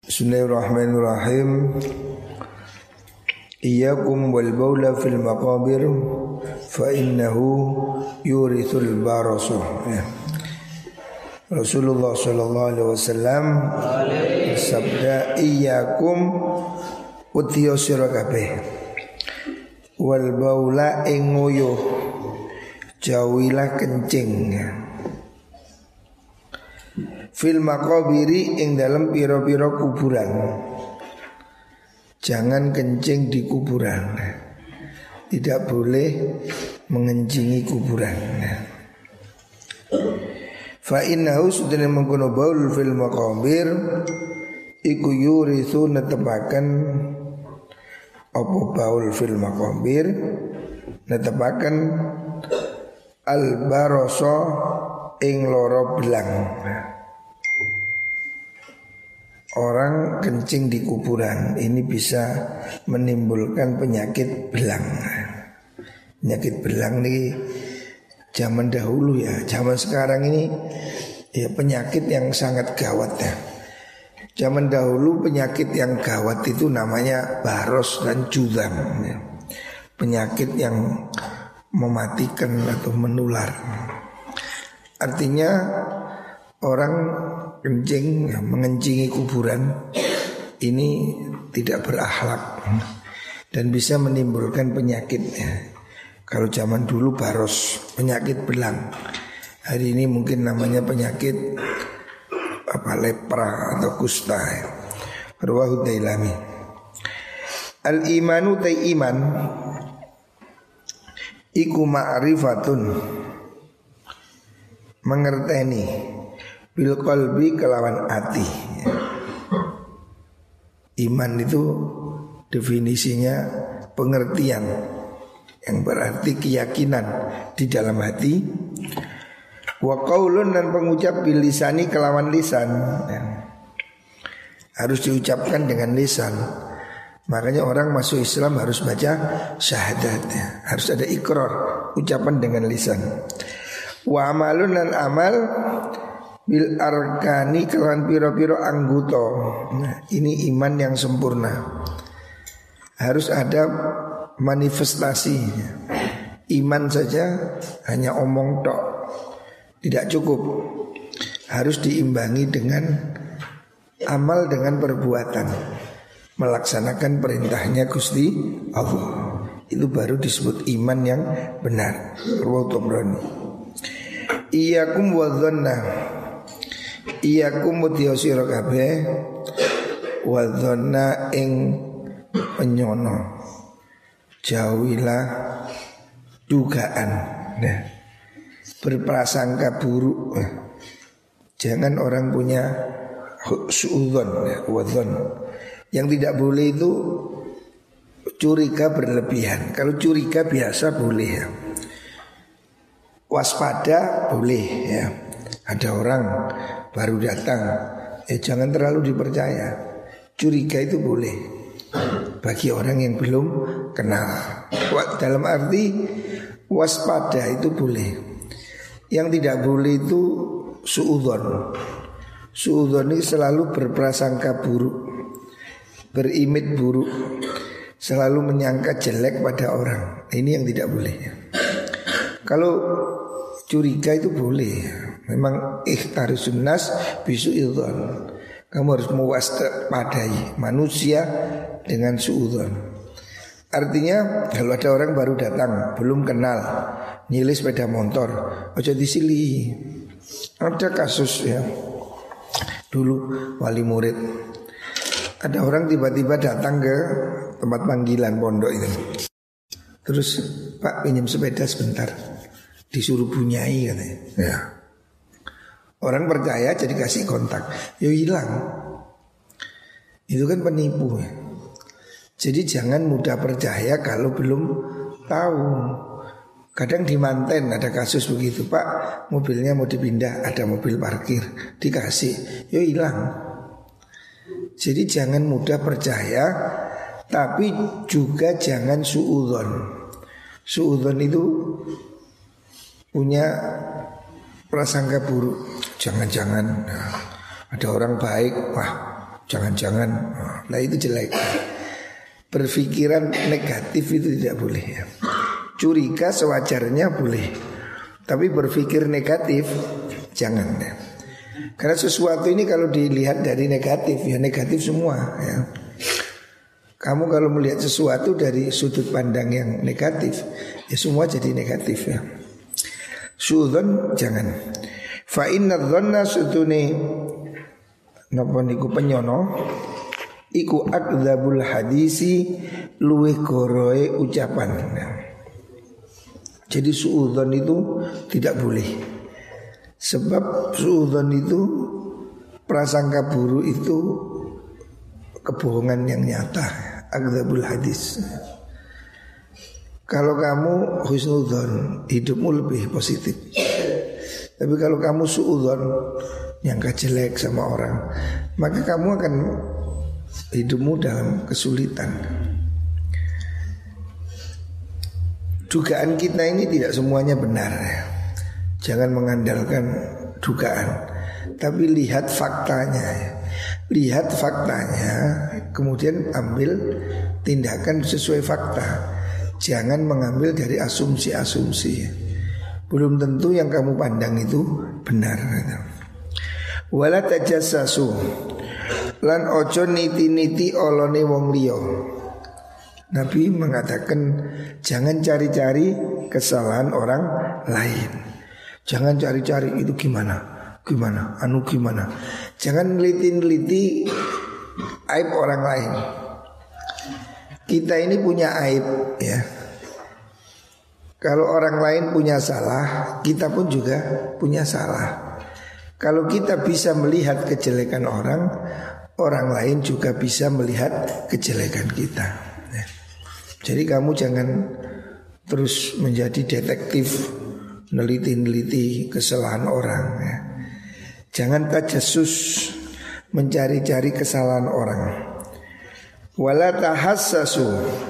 Bismillahirrahmanirrahim. Iyyakum wal baula fil maqabir fa innahu yurithul barasah. Rasulullah sallallahu alaihi wasallam bersabda, iyyakum utiyo sira kabeh wal baula ing nguyuh jauhilah kencing fil maqabiri ing dalam piro-piro kuburan. Jangan kencing di kuburan. Tidak boleh mengencingi kuburan. Fa innahu sudene mengkono baul fil maqabir iku yurithu netepaken apa baul fil maqabir netepaken al barasa ing loro belang. Orang kencing di kuburan ini bisa menimbulkan penyakit belang. Penyakit belang ini zaman dahulu ya, zaman sekarang ini ya penyakit yang sangat gawat ya. Zaman dahulu penyakit yang gawat itu namanya baros dan judam ya. Penyakit yang mematikan atau menular. Artinya orang kencing, mengencingi kuburan ini tidak berakhlak dan bisa menimbulkan penyakit ya. Kalau zaman dulu baros, penyakit belang. Hari ini mungkin namanya penyakit lepra atau kusta ya. Rawahu Dailami. Al imanu ta iman iku ma'rifatun mengerteni bil qalbi kelawan ati. Iman itu definisinya pengertian, yang berarti keyakinan di dalam hati. Wa qaulun dan pengucap bil lisani kelawan lisan ya. Harus diucapkan dengan lisan. Makanya orang masuk Islam harus baca syahadat ya. Harus ada ikrar, ucapan dengan lisan. Wa amalun dan amal bil arkani kelawan piro-piro anggota. Nah, ini iman yang sempurna. Harus ada manifestasi. Iman saja hanya omong tok tidak cukup. Harus diimbangi dengan amal dengan perbuatan. Melaksanakan perintahnya Gusti Allah. Itu baru disebut iman yang benar. Rawahu Tabrani. Iyakum wa dhanna. Iyakum mutiyo sira kabeh wa dhanna ing penyono. Jauhilah dugaan. Nah, berprasangka buruk. Jangan orang punya suudzon ya, wa dhann. Yang tidak boleh itu curiga berlebihan. Kalau curiga biasa boleh ya. Waspada boleh ya. Ada orang baru datang, jangan terlalu dipercaya. Curiga itu boleh bagi orang yang belum kenal. Dalam arti waspada itu boleh. Yang tidak boleh itu suudzon. Suudzon ini selalu berprasangka buruk, berimit buruk, selalu menyangka jelek pada orang. Ini yang tidak boleh. Kalau curiga itu boleh. Memang ikhtarusun nas bisu idzon. Kamu harus mewaspadai manusia dengan suudzon. Artinya kalau ada orang baru datang, belum kenal, nyilih sepeda motor, ojo disili. Ada kasus ya. Dulu wali murid, ada orang tiba-tiba datang ke tempat panggilan pondok itu. Terus, Pak pinjam sepeda sebentar. Disuruh bunyai katanya ya. Orang percaya jadi kasih kontak, yo hilang. Itu kan penipu ya. Jadi jangan mudah percaya kalau belum tahu. Kadang di Manten ada kasus begitu, Pak mobilnya mau dipindah, ada mobil parkir, dikasih, yo hilang. Jadi jangan mudah percaya, tapi juga jangan suudzon. Suudzon itu punya prasangka buruk. Jangan-jangan ada orang baik, wah jangan-jangan, nah itu jelek. Berpikiran negatif itu tidak boleh ya. Curiga sewajarnya boleh, tapi berpikir negatif jangan ya. Karena sesuatu ini kalau dilihat dari negatif ya negatif semua ya. Kamu kalau melihat sesuatu dari sudut pandang yang negatif ya semua jadi negatif ya. Suudzon jangan. Fa inna dzanna sutune napa niku penyono iku akdzabul hadisi luwih goroe ucapan. Jadi suudzon itu tidak boleh. Sebab suudzon itu prasangka buruk itu kebohongan yang nyata, akdzabul hadis. Kalau kamu husnudzon, hidupmu lebih positif. Tapi kalau kamu suudzon, nyangka jelek sama orang, maka kamu akan hidupmu dalam kesulitan. Dugaan kita ini tidak semuanya benar ya. Jangan mengandalkan dugaan, tapi lihat faktanya ya. Lihat faktanya, kemudian ambil tindakan sesuai fakta. Jangan mengambil dari asumsi-asumsi. Belum tentu yang kamu pandang itu benar. Wala tajassasu lan ojo niti-niti olone wong liya. Nabi mengatakan jangan cari-cari kesalahan orang lain. Jangan cari-cari itu gimana, gimana. Jangan neliti-neliti aib orang lain. Kita ini punya aib ya. Kalau orang lain punya salah, kita pun juga punya salah. Kalau kita bisa melihat kejelekan orang, orang lain juga bisa melihat kejelekan kita ya. Jadi kamu jangan terus menjadi detektif, neliti-neliti kesalahan orang ya. Jangan tajassus, mencari-cari kesalahan orang. Wala tahassasu.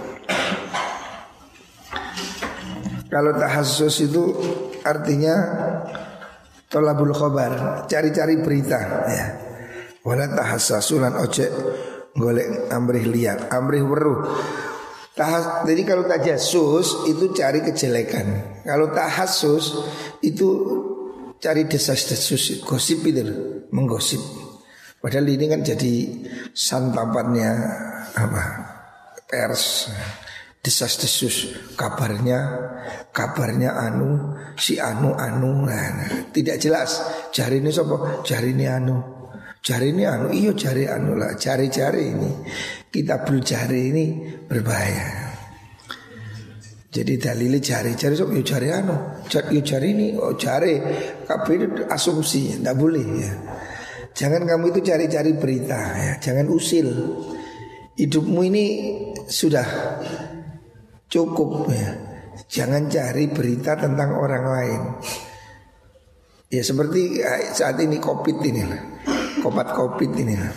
Kalau tahassus itu artinya tolabul khobar, cari-cari berita ya. Wala tahassasu lan ojek golek amrih liar, amrih weruh. Jadi kalau tajassus itu cari kejelekan. Kalau tahassus itu cari desas-desus, gosip itu, menggosip. Padahal ini kan jadi santapannya apa? Pers. Desas-desus, kabarnya anu, si anu. Nah, tidak jelas. Jari ini siapa? Jari ini anu. Iyo jari anu lah. Jari ini. Kita jari ini berbahaya. Jadi dalilnya jari siapa? Iyo jari anu. Iyo jari ini. Oh jari. Kabeh itu asumsi, tidak boleh ya. Jangan kamu itu cari-cari berita ya. Jangan usil. Hidupmu ini sudah cukup ya. Jangan cari berita tentang orang lain. Ya seperti saat ini Covid ini lah. Covid ini lah.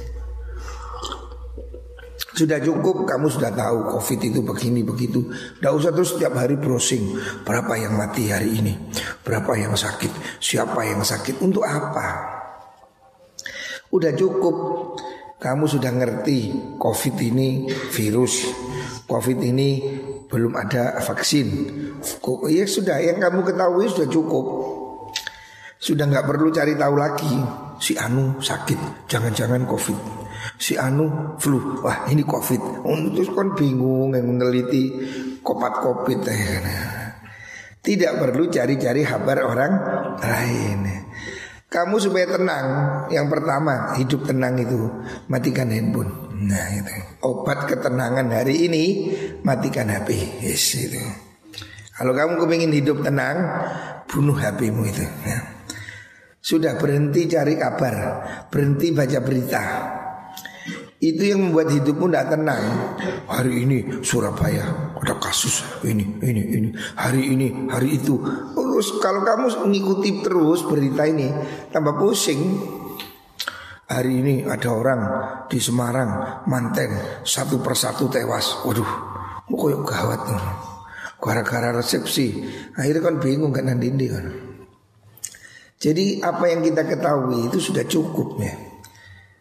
Sudah cukup, kamu sudah tahu Covid itu begini begitu. Tidak usah terus setiap hari browsing berapa yang mati hari ini, berapa yang sakit, siapa yang sakit, untuk apa? Udah cukup. Kamu sudah ngerti Covid ini virus, Covid ini belum ada vaksin. Ya sudah, yang kamu ketahui sudah cukup. Sudah nggak perlu cari tahu lagi. Si anu sakit, jangan-jangan Covid. Si anu flu, wah ini Covid. Terus kan bingung yang meneliti Covid. Tidak perlu cari-cari kabar orang lain. Kamu supaya tenang, yang pertama hidup tenang itu matikan handphone. Nah itu obat ketenangan hari ini, matikan HP. Yes itu. Kalau kamu kepingin hidup tenang, bunuh HPmu itu ya. Sudah berhenti cari kabar, berhenti baca berita. Itu yang membuat hidupmu tidak tenang. Hari ini Surabaya ada kasus ini. Hari ini, hari itu. Terus kalau kamu mengikuti terus berita ini, tambah pusing. Hari ini ada orang di Semarang, Manten, satu persatu tewas. Waduh, kok gawat tuh. Gara-gara resepsi. Akhirnya kan bingung kan nanti kan. Jadi apa yang kita ketahui itu sudah cukup ya.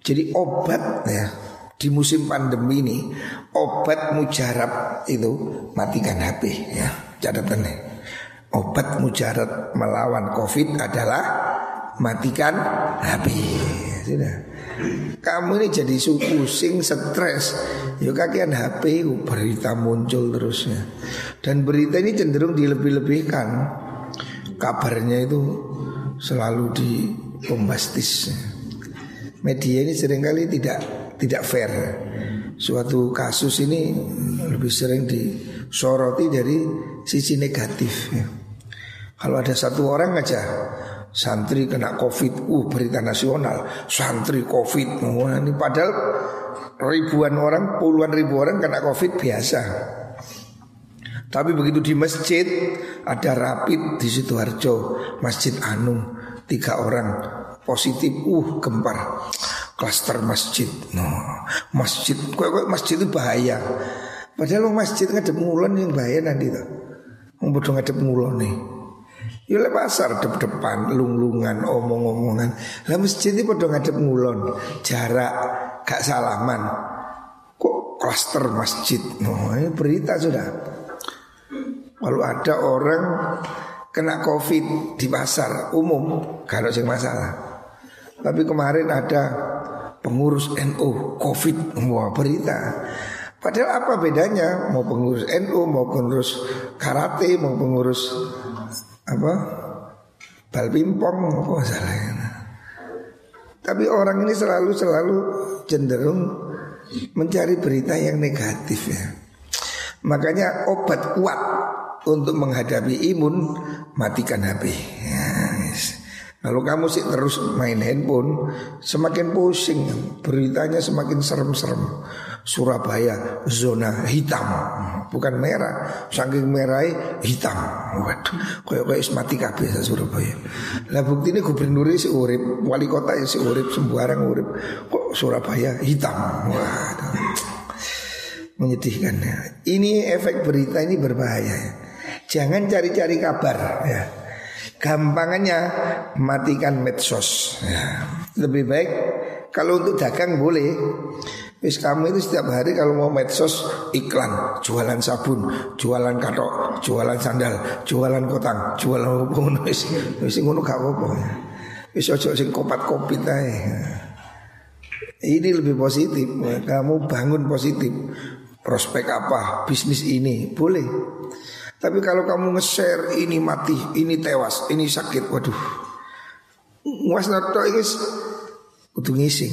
Jadi obat ya di musim pandemi ini, obat mujarab itu matikan HP ya. Catatannya, obat mujarab melawan COVID adalah matikan HP. Sudah. Kamu ini jadi pusing, stres. Ya kakean HP berita muncul terusnya. Dan berita ini cenderung dilebih-lebihkan. Kabarnya itu selalu dibombastis. Media ini seringkali tidak fair. Suatu kasus ini lebih sering disoroti dari sisi negatif ya. Kalau ada satu orang aja santri kena COVID, berita nasional, santri COVID. Ini padahal ribuan orang, puluhan ribu orang kena COVID biasa. Tapi begitu di masjid ada rapid di Sidoarjo, Masjid Anung, 3 orang positif, gempar, klaster masjid. Masjid, kok masjid itu bahaya. Padahal masjid ngadep ngulon yang bahaya nanti tuh. Bodoh ngadep ngulon nih. Ya le pasar depan lung-lungan omong-omongan. Lah masjid ini padha ngadep ngulon, jarak gak salaman. Kok klaster masjid? Ini berita sudah. Kalau ada orang kena COVID di pasar umum, gak ada yang masalah. Tapi kemarin ada pengurus NU COVID, wah berita. Padahal apa bedanya? Mau pengurus NU, mau pengurus karate, mau pengurus bal pimpong, apa masalahnya? Tapi orang ini selalu cenderung mencari berita yang negatif ya. Makanya obat kuat untuk menghadapi imun, matikan HP ya, yes. Kalau kamu sih terus main handphone, semakin pusing, beritanya semakin serem-serem. Surabaya zona hitam, bukan merah, saking merah hitam. Waduh, kayak mati kabeh Surabaya. Lah bukti ini gubernur si urip, wali kota si urip, sembarang urip. Kok Surabaya hitam? Waduh, menyedihkan ya. Ini efek berita ini berbahaya. Jangan cari-cari kabar ya. Gampangannya matikan medsos ya. Lebih baik kalau untuk dagang boleh. Wis kamu itu setiap hari kalau mau medsos iklan, jualan sabun, jualan katok, jualan sandal, jualan kotang, jualan ngono wis ngono gak apa-apa ya. Wis ojo sing kopat-kopit ae. Ini lebih positif. Kamu bangun positif. Prospek apa? Bisnis ini boleh. Tapi kalau kamu nge-share ini mati, ini tewas, ini sakit, waduh. Nguas nato iki kudu ngising.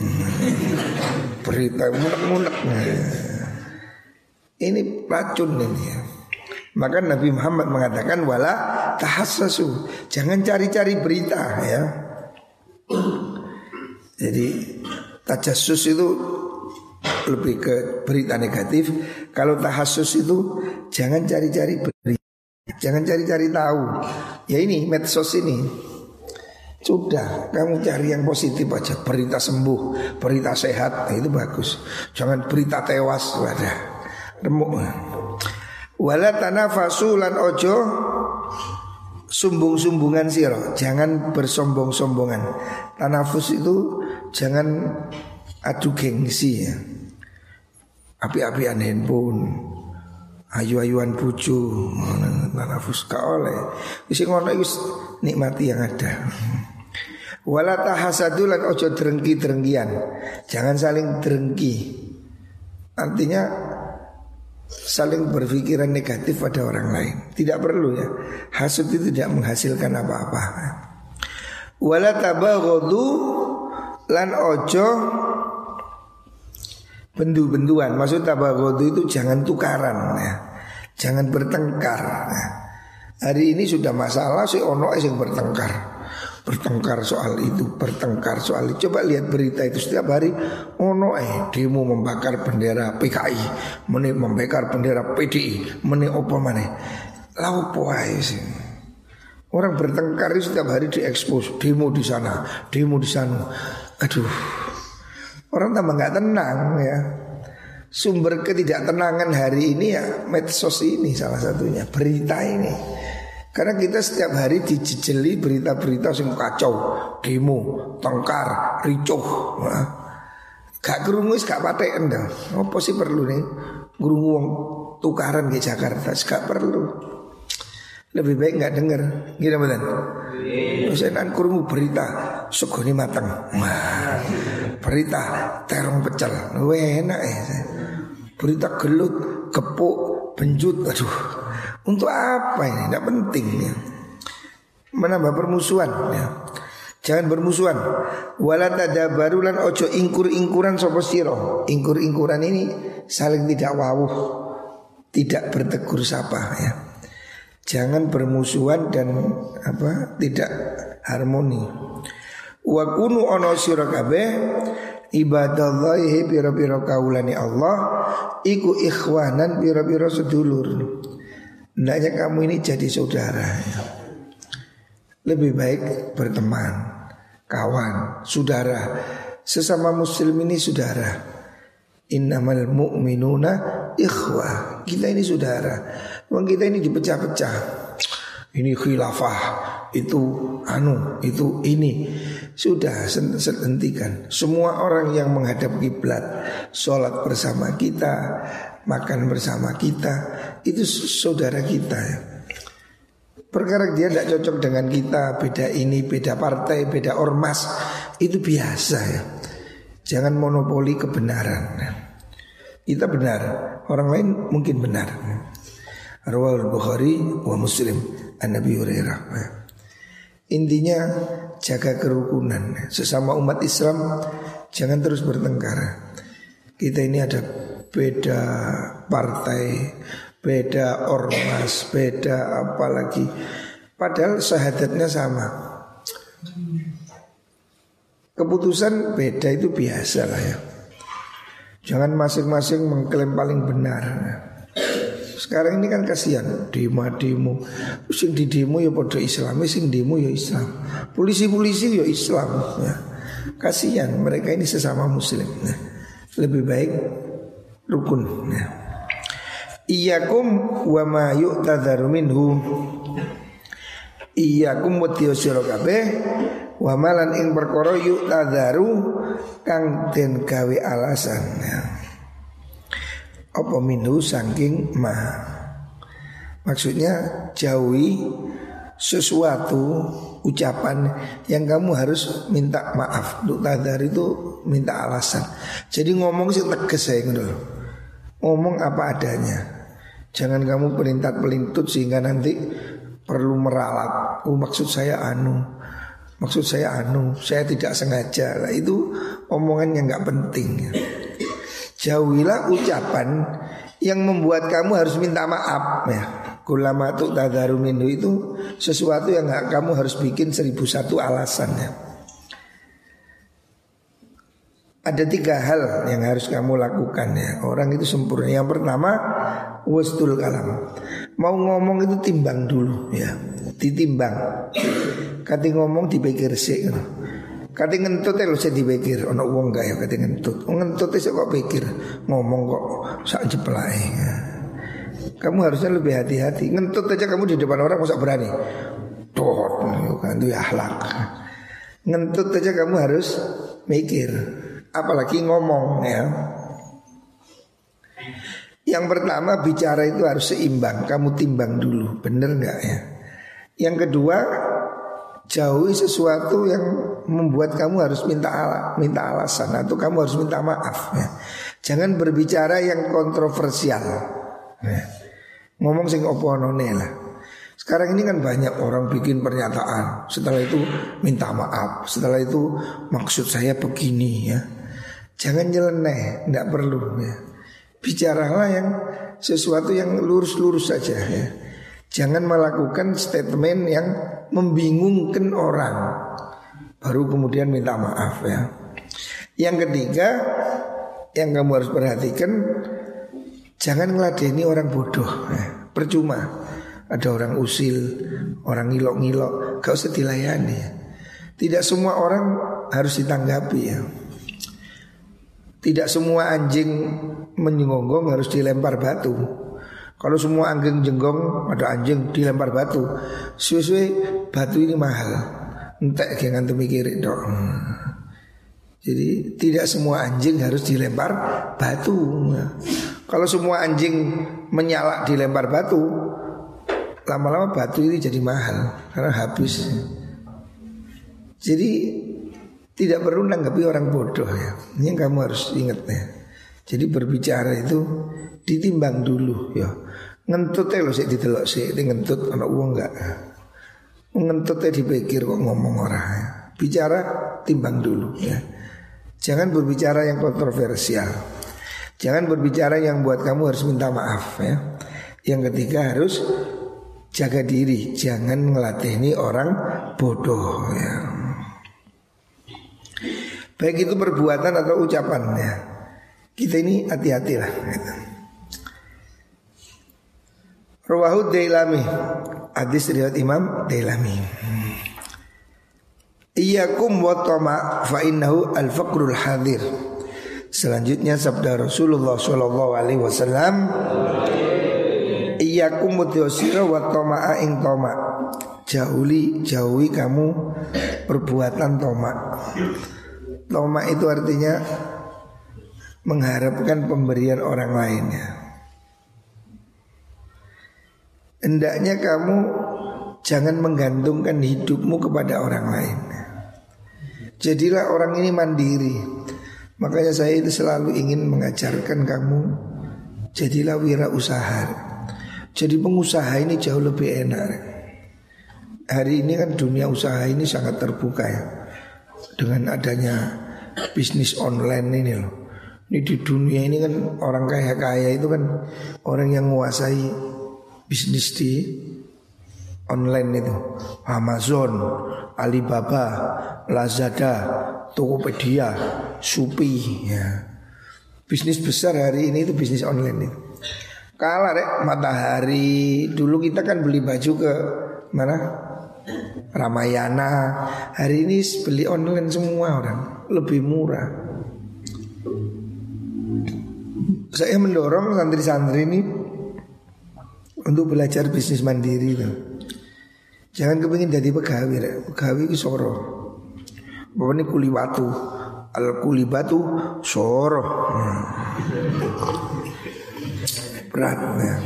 Berita munek-munek. Ini racun ini ya. Maka Nabi Muhammad mengatakan wala tahassasu, jangan cari-cari berita ya. Jadi tajassus itu lebih ke berita negatif. Kalau tahassus itu jangan cari-cari berita, jangan cari-cari tahu. Ya ini medsos ini. Sudah, kamu cari yang positif aja. Berita sembuh, berita sehat, itu bagus. Jangan berita tewas, wadah remuk. Wala tanafasu lan ojo sumbung-sumbungan siro. Jangan bersombong-sombongan. Tanafus itu jangan adu gengsi ya. Api-apian handphone, ayu-ayuan bucu, tanafus ka oleh. Wis ngono wis nikmati yang ada. Wala tahasadulan ojo drengki-drengkian. Jangan saling drengki. Artinya saling berpikiran negatif pada orang lain. Tidak perlu ya. Hasud itu tidak menghasilkan apa-apa. Wala tabaghadu lan ojo bendu-benduan. Maksud tabaghadu itu jangan tukaran ya. Jangan bertengkar ya. Hari ini sudah masalah si ono yang bertengkar. Bertengkar soal itu, bertengkar soal itu. Coba lihat berita itu setiap hari. Ono demo membakar bendera PKI, meni membakar bendera PDI, meni opo maneh. Lah opo ae sih. Orang bertengkar itu setiap hari diekspos, demo di sana, demo di sana. Aduh. Orang tambah nggak tenang ya. Sumber ketidaktenangan hari ini ya medsos ini salah satunya, berita ini. Karena kita setiap hari dijejeli berita-berita yang kacau, demo, tengkar, ricuh. Nah, Gak krungu wis gak paten to. Apa sih perlu nih krungu wong tukaran ke Jakarta, gak perlu. Lebih baik gak denger. Gila betul. Misalnya krungu berita segone mateng. Wah, berita terong pecel. Enak ya. Berita gelut, kepuk, benjut. Aduh, untuk apa ini? Tidak penting ya. Menambah permusuhan ya. Jangan bermusuhan. Wala tadabaru lan ojo ingkur-ingkuran sapa sira. Ingkur-ingkuran ini saling tidak wawuh, tidak bertegur sapa ya. Jangan bermusuhan dan tidak harmoni. Wa kunu ana sira kabeh ibadallahi pira-pira kaulane Allah iku ikhwanan pira-pira sedulur. Hendaknya kamu ini jadi saudara ya. Lebih baik berteman, kawan, saudara. Sesama muslim ini saudara. Innamal mu'minuna ikhwah. Kita ini saudara. Wong kita ini dipecah-pecah. Ini khilafah, itu itu ini. Sudah hentikan. Semua orang yang menghadap kiblat, sholat bersama kita, makan bersama kita, itu saudara kita ya. Perkara dia tidak cocok dengan kita, beda ini, beda partai, beda ormas, itu biasa ya. Jangan monopoli kebenaran. Kita benar, orang lain mungkin benar. Rawahul Bukhari wa Muslim an Nabi Hurairah. Intinya jaga kerukunan. Sesama umat Islam jangan terus bertengkar. Kita ini ada beda partai, beda ormas, beda apalagi. Padahal syahadatnya sama. Keputusan beda itu biasa lah ya. Jangan masing-masing mengklaim paling benar. Sekarang ini kan kasihan demo. Sing di demo ya pada Islam, sing demo ya Islam. Polisi-polisi ya Islam ya. Kasihan mereka ini sesama muslim ya. Lebih baik rukun ya. Iyakum wa ma yu'tadharu minhu. Iyakum wadiyo sira kabeh wa malan ing perkara yu'tadharu kang den gawe alasan ya. Apa minhu saking ma. Maksudnya jauhi sesuatu ucapan yang kamu harus minta maaf. Untuk tadhar itu minta alasan. Jadi ngomong sih tegas saya ngono. Ngomong apa adanya. Jangan kamu pelintat-pelintut sehingga nanti perlu meralat. Maksud saya saya tidak sengaja. Lah itu omongan yang nggak penting. Jauhilah ucapan yang membuat kamu harus minta maaf ya. Kulama tu tadharu minhu itu sesuatu yang kamu harus bikin 1001 alasan ya. Ada 3 hal yang harus kamu lakukan ya. Orang itu sempurna. Yang pertama wastul kalam. Mau ngomong itu timbang dulu ya. Ditimbang. Kati ngomong dipikir sih gitu. Kati ngentut lho saya dipikir. Ono wong gak ya kati ngentut. Ngentut saya kok pikir. Ngomong kok sak jeplake ya. Kamu harusnya lebih hati-hati. Ngentut aja kamu di depan orang masa berani. Dot kan itu akhlak. Ngentut aja kamu harus mikir. Apalagi ngomong ya. Yang pertama bicara itu harus seimbang. Kamu timbang dulu, bener gak ya. Yang kedua jauhi sesuatu yang membuat kamu harus minta alasan. Atau kamu harus minta maaf ya. Jangan berbicara yang kontroversial ya. Ngomong sing opo-onone lah. Sekarang ini kan banyak orang bikin pernyataan, setelah itu minta maaf, setelah itu maksud saya begini ya. Jangan nyeleneh, tidak perlu ya. Bicaralah yang sesuatu yang lurus-lurus saja ya. Jangan melakukan statement yang membingungkan orang baru kemudian minta maaf ya. Yang ketiga yang kamu harus perhatikan, jangan ngeladeni orang bodoh ya. Percuma ada orang usil, orang ngilok-ngilok, gak usah dilayani ya. Tidak semua orang harus ditanggapi ya. Tidak semua anjing menyengonggong harus dilempar batu. Kalau semua anjing jenggong, ada anjing dilempar batu, suwe-suwe batu ini mahal. Entek jangan tuh mikirin dong. Jadi tidak semua anjing harus dilempar batu. Kalau semua anjing menyalak dilempar batu, lama-lama batu ini jadi mahal karena habis. Jadi tidak perlu nanggapi orang bodoh ya. Ini yang kamu harus ingat ya. Jadi berbicara itu ditimbang dulu ya. Ngentutnya loh sih ditelok sih, ngentut anak uang enggak. Ngentutnya dipikir kok ngomong orang ya. Bicara timbang dulu ya. Jangan berbicara yang kontroversial. Jangan berbicara yang buat kamu harus minta maaf ya. Yang ketiga harus jaga diri, jangan ngelatihni orang bodoh ya. Baik itu perbuatan atau ucapan ya. Kita ini hati-hatilah gitu. Rawahu Dailami, hadis riwayat Imam Dailami. Iyyakum wa tama fa innahu al-faqrul hadir. Selanjutnya sabda Rasulullah sallallahu alaihi wasallam, iyyakum mutiosira wa tama ing tama. Jauhi kamu perbuatan toma. Toma itu artinya mengharapkan pemberian orang lain ya. Hendaknya kamu jangan menggantungkan hidupmu kepada orang lain. Jadilah orang ini mandiri. Makanya saya itu selalu ingin mengajarkan kamu jadilah wirausaha. Jadi pengusaha ini jauh lebih enak. Hari ini kan dunia usaha ini sangat terbuka ya. Dengan adanya bisnis online ini loh. Ini di dunia ini kan orang kaya-kaya itu kan orang yang menguasai bisnis di online itu. Amazon, Alibaba, Lazada, Tokopedia, Shopee ya. Bisnis besar hari ini itu bisnis online itu. Kalah rek Matahari. Dulu kita kan beli baju ke mana? Ramayana. Hari ini beli online semua orang, lebih murah. Saya mendorong santri-santri ini untuk belajar bisnis mandiri itu. Jangan kepingin jadi pegawai. Pegawai itu soro. Bapak ini kuli batu. Al kuli batu soro. Berat ya.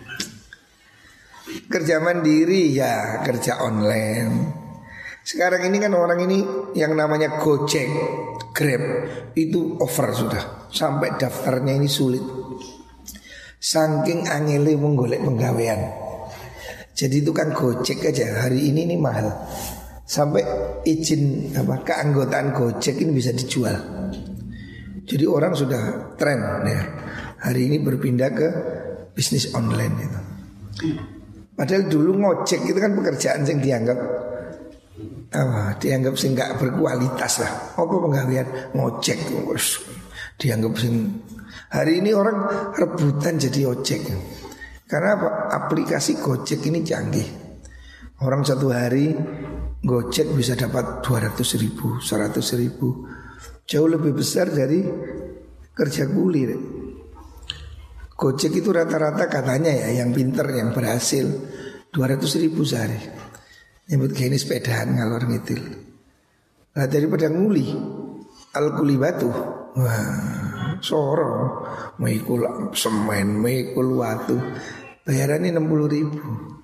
Kerja mandiri ya kerja online. Sekarang ini kan orang ini yang namanya Gojek, Grab itu over sudah. Sampai daftarnya ini sulit. Saking angele menggolek penggawean. Jadi itu kan Gojek aja hari ini mahal. Sampai izin keanggotaan Gojek ini bisa dijual. Jadi orang sudah tren ya. Hari ini berpindah ke bisnis online itu. Padahal dulu ngojek itu kan pekerjaan yang dianggap sing gak berkualitas lah. Apa penggawean ngojek dianggap sing. Hari ini orang rebutan jadi ojek. Karena apa? Aplikasi Gojek ini canggih. Orang satu hari Gojek bisa dapat 200 ribu, 100 ribu. Jauh lebih besar dari kerja kuli. Gojek itu rata-rata katanya ya yang pinter, yang berhasil 200 ribu sehari. Nyebut kayak ini sepedaan ngalor ngidil. Nah daripada nguli al-kuli batu, wah soro mikul semen, mikul watu, bayarannya 60 ribu.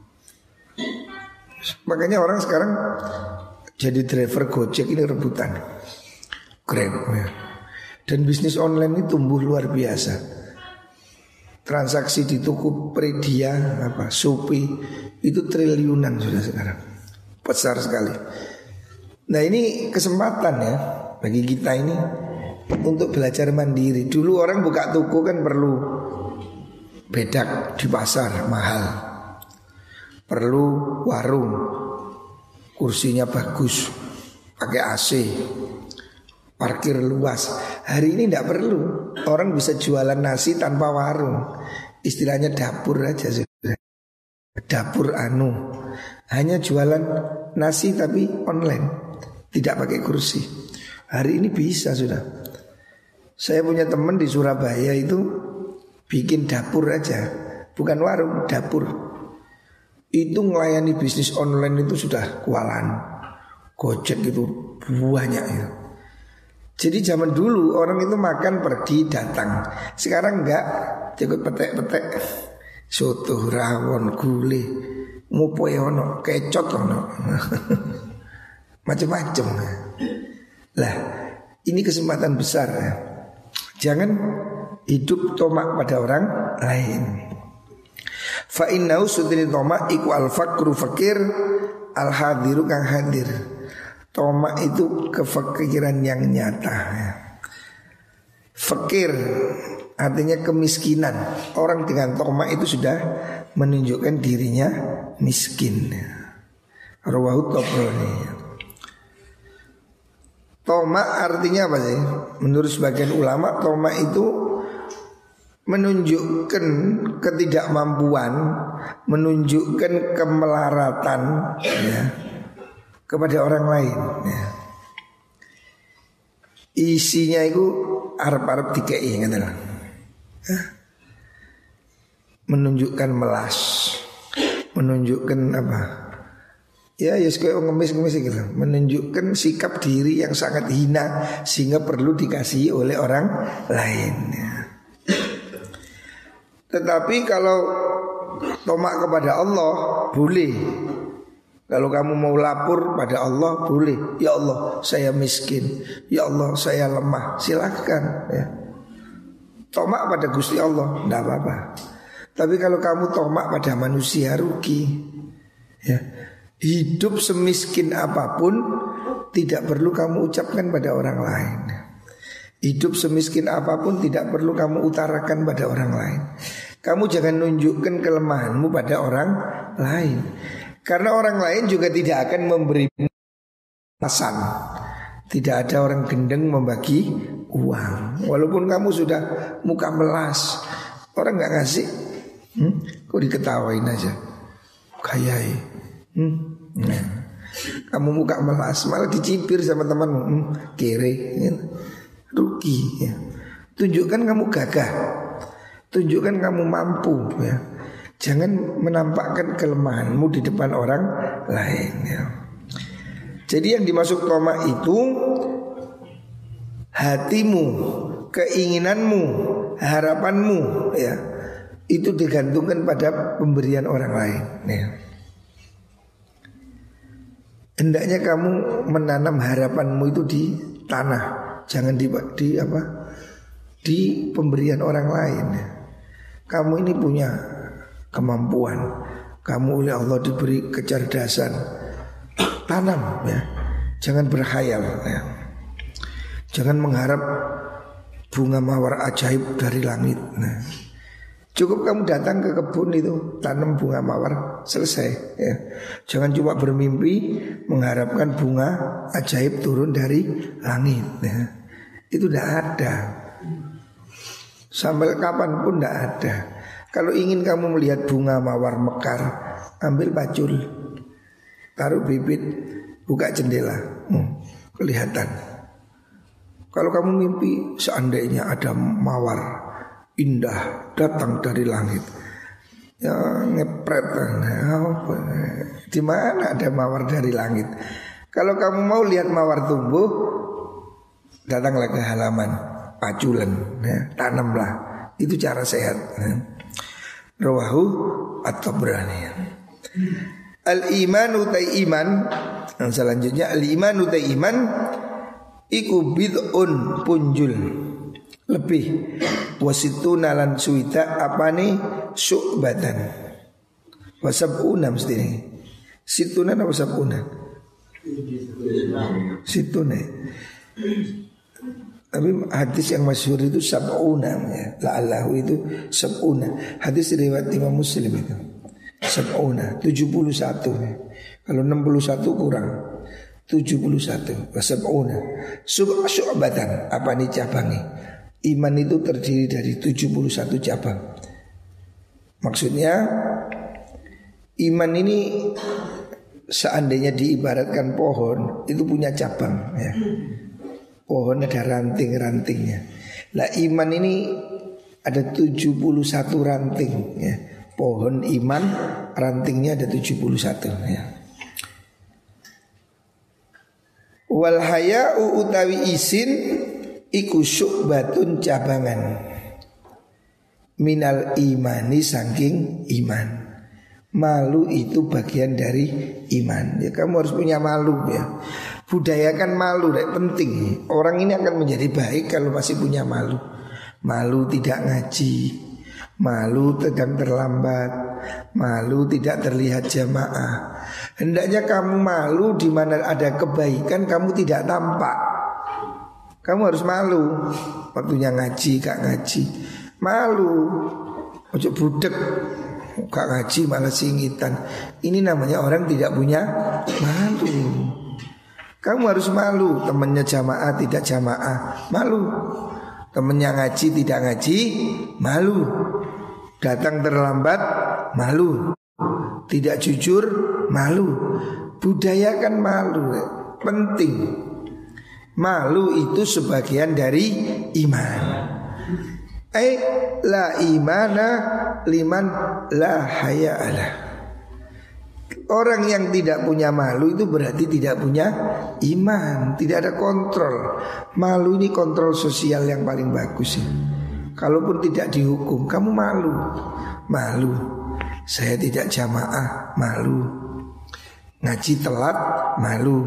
Makanya orang sekarang jadi driver Gojek ini rebutan Grab ya. Dan bisnis online ini tumbuh luar biasa. Transaksi di Tokopedia, Shopee itu triliunan sudah sekarang, besar sekali. Nah ini kesempatan ya bagi kita ini untuk belajar mandiri. Dulu orang buka toko kan perlu bedak di pasar mahal, perlu warung kursinya bagus, pakai AC, parkir luas. Hari ini tidak perlu. Orang bisa jualan nasi tanpa warung. Istilahnya dapur aja sudah. Dapur hanya jualan nasi tapi online, tidak pakai kursi. Hari ini bisa sudah. Saya punya teman di Surabaya itu bikin dapur aja, bukan warung, dapur. Itu melayani bisnis online itu sudah kualan. Gojek itu banyak itu. Jadi zaman dulu orang itu makan pergi datang. Sekarang enggak, cukup petek-petek. Soto, rawon, gule, mupoe ono, kecot ono. Macam-macam. Lah, ini kesempatan besar ya. Jangan hidup tomak pada orang lain. Fa innahu sudri tomak iku al-fakru fakir, al-hadiru kang hadir. Tomak itu kefakiran yang nyata ya. Fakir artinya kemiskinan. Orang dengan tomak itu sudah menunjukkan dirinya miskin. Rawahu Tabrani. Tomak artinya apa sih? Menurut sebagian ulama, tomak itu menunjukkan ketidakmampuan, menunjukkan kemelaratan ya, kepada orang lain ya. Isinya itu arep-arep dikei ngene lah. Menunjukkan melas, menunjukkan apa? Ya, koyo ngemis-ngemis gitu. Menunjukkan sikap diri yang sangat hina sehingga perlu dikasihi oleh orang lain ya. Tetapi kalau tomak kepada Allah boleh. Kalau kamu mau lapor pada Allah boleh. Ya Allah saya miskin, ya Allah saya lemah, silakan ya. Tomak pada Gusti Allah tidak apa-apa. Tapi kalau kamu tomak pada manusia rugi ya. Hidup semiskin apapun tidak perlu kamu ucapkan pada orang lain. Hidup semiskin apapun tidak perlu kamu utarakan pada orang lain. Kamu jangan nunjukkan kelemahanmu pada orang lain. Karena orang lain juga tidak akan memberi pesan. Tidak ada orang gendeng membagi uang. Walaupun kamu sudah muka melas, orang gak ngasih, kok diketawain aja. Kayai. Nah, kamu muka melas malah dicibir sama temanmu, kere ya. Rugi ya. Tunjukkan kamu gagah, tunjukkan kamu mampu ya. Jangan menampakkan kelemahanmu di depan orang lain ya. Jadi yang dimaksud tomak itu hatimu, keinginanmu, harapanmu ya, itu digantungkan pada pemberian orang lain ya. Hendaknya kamu menanam harapanmu itu di tanah, jangan di pemberian orang lain. Kamu ini punya kemampuan, kamu oleh Allah diberi kecerdasan, tanam ya, jangan berkhayal ya. Jangan mengharap bunga mawar ajaib dari langit. Nah, cukup kamu datang ke kebun itu, tanam bunga mawar, selesai ya. Jangan cuma bermimpi mengharapkan bunga ajaib turun dari langit ya. Itu tidak ada. Sampai kapanpun tidak ada. Kalau ingin kamu melihat bunga mawar mekar, ambil pacul, taruh bibit, buka jendela, kelihatan. Kalau kamu mimpi seandainya ada mawar indah datang dari langit, ya ngepret, di mana ada mawar dari langit? Kalau kamu mau lihat mawar tumbuh, datanglah ke halaman, paculan, ya, tanamlah. Itu cara sehat. Ya. Rawahu At-Tabrani. Al-iman utai iman. Yang selanjutnya al-iman utai iman iku bid'un punjul lebih wasituna lan suita apane syu'batan wasabuna mesti ini situna apa sabuna situna. Tapi hadis yang masyhur itu sab'una ya. La'allahu itu sab'una. Hadis riwayat Imam Muslim itu sab'una 71 ya. Kalau 61 kurang 71 sab'una syu'batan. Apa nih cabangnya? Iman itu terdiri dari 71 cabang. Maksudnya iman ini seandainya diibaratkan pohon, itu punya cabang ya. Pohon ada ranting-rantingnya. Lah iman ini ada 71 ranting ya. Pohon iman rantingnya ada 71 ya. Wal haya'u utawi isin iku syu'batun cabangan minal imani saking iman. Malu itu bagian dari iman. Ya kamu harus punya malu ya. Budayakan malu, penting. Orang ini akan menjadi baik kalau masih punya malu. Malu tidak ngaji, malu tegang terlambat, malu tidak terlihat jamaah. Hendaknya kamu malu di mana ada kebaikan kamu tidak tampak. Kamu harus malu. Waktunya ngaji gak ngaji, malu. Ojo budek gak ngaji malah singitan. Ini namanya orang tidak punya malu. Kamu harus malu. Temannya jamaah tidak jamaah, malu. Temennya ngaji tidak ngaji, malu. Datang terlambat, malu. Tidak jujur, malu. Budayakan malu, penting. Malu itu sebagian dari iman. La imana liman la haya'ala. Orang yang tidak punya malu itu berarti tidak punya iman, tidak ada kontrol. Malu ini kontrol sosial yang paling bagus ya. Kalaupun tidak dihukum, kamu malu. Malu, saya tidak jamaah, malu. Ngaji telat, malu.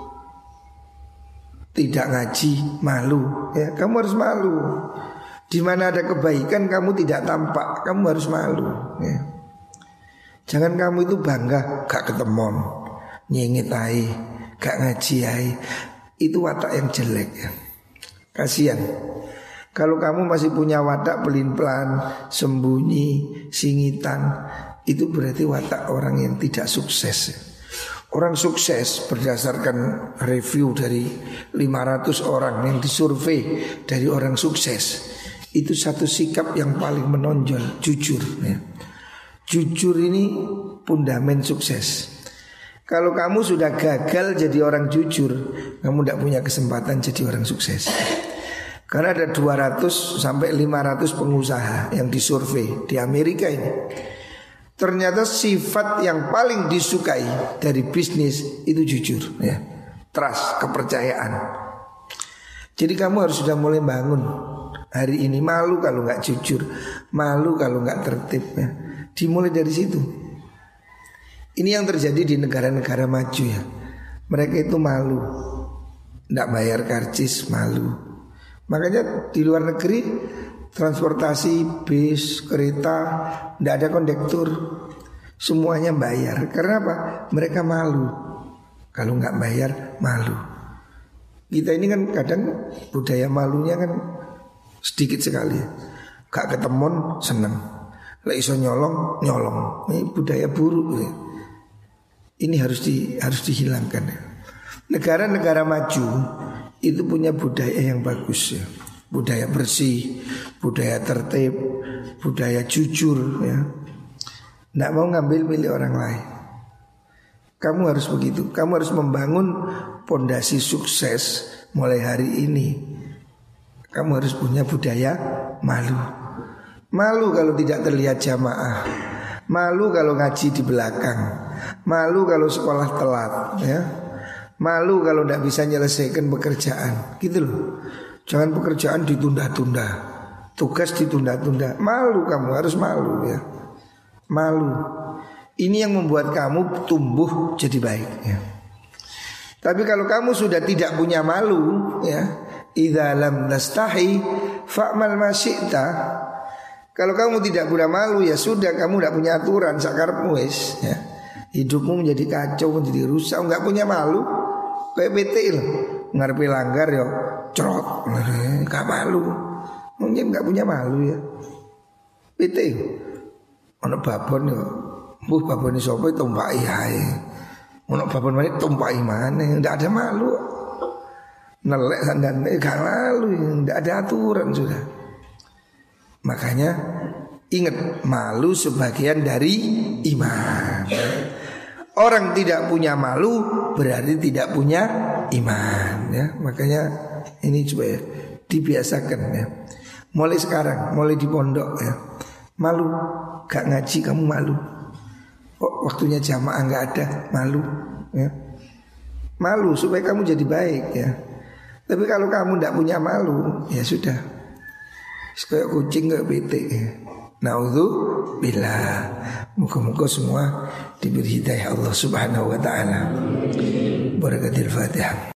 Tidak ngaji, malu ya. Kamu harus malu. Di mana ada kebaikan kamu tidak tampak, kamu harus malu ya. Jangan kamu itu bangga gak ketemon, nyengit ae, gak ngaji ae. Itu watak yang jelek ya. Kasihan. Kalau kamu masih punya watak pelin-pelan, sembunyi, singitan, itu berarti watak orang yang tidak sukses ya. Orang sukses berdasarkan review dari 500 orang yang disurvei dari orang sukses, itu satu sikap yang paling menonjol, jujur ya. Jujur ini fundament sukses. Kalau kamu sudah gagal jadi orang jujur, kamu tidak punya kesempatan jadi orang sukses. Karena ada 200 sampai 500 pengusaha yang disurvei di Amerika ini. Ternyata sifat yang paling disukai dari bisnis itu jujur ya. Trust, kepercayaan. Jadi kamu harus sudah mulai bangun hari ini. Malu kalau nggak jujur, malu kalau nggak tertib ya. Dimulai dari situ. Ini yang terjadi di negara-negara maju ya. Mereka itu malu, tidak bayar karcis, malu. Makanya di luar negeri transportasi, bis, kereta, tidak ada kondektur, semuanya bayar. Karena apa? Mereka malu. Kalau nggak bayar, malu. Kita ini kan kadang budaya malunya kan sedikit sekali. Gak ketemon, seneng. Lah iso nyolong, nyolong. Ini budaya buruk ya. Ini harus dihilangkan ya. Negara-negara maju itu punya budaya yang bagus ya. Budaya bersih, budaya tertib, budaya jujur ya. Nggak mau ngambil milik orang lain. Kamu harus begitu. Kamu harus membangun pondasi sukses mulai hari ini. Kamu harus punya budaya malu. Malu kalau tidak terlihat jamaah, malu kalau ngaji di belakang, malu kalau sekolah telat ya. Malu kalau tidak bisa menyelesaikan pekerjaan. Gitu loh. Jangan pekerjaan ditunda-tunda, tugas ditunda-tunda. Malu, kamu harus malu ya. Malu. Ini yang membuat kamu tumbuh jadi baik ya. Tapi kalau kamu sudah tidak punya malu ya, idza lam nastahi fa'mal ma syi'ta. Kalau kamu tidak punya malu ya sudah, kamu tidak punya aturan sakarepmu wis ya. Hidupmu menjadi kacau, menjadi rusak, enggak punya malu. Kayak betil, ngarepe langgar ya cerot, enggak malu. Mungkin enggak punya malu ya. Betil. Ono babon ya, mbuh babone sapa tumpaki ae. Ono babon meneh tumpaki maneh, enggak ada malu. Nelek sandane enggak malu, enggak ada aturan sudah. Makanya ingat, malu sebagian dari iman. Orang tidak punya malu berarti tidak punya iman ya. Makanya ini coba ya, dibiasakan ya. Mulai sekarang, mulai di pondok ya. Malu, gak ngaji kamu malu. Oh, waktunya jamaah gak ada, malu ya. malu supaya kamu jadi baik ya. Tapi kalau kamu tidak punya malu, ya sudah. Kayak kucing kayak pitik ya. Naudzubillah. Muka-muka semua diberi hidayah Allah Subhanahu wa taala. Barakatil Fatihah.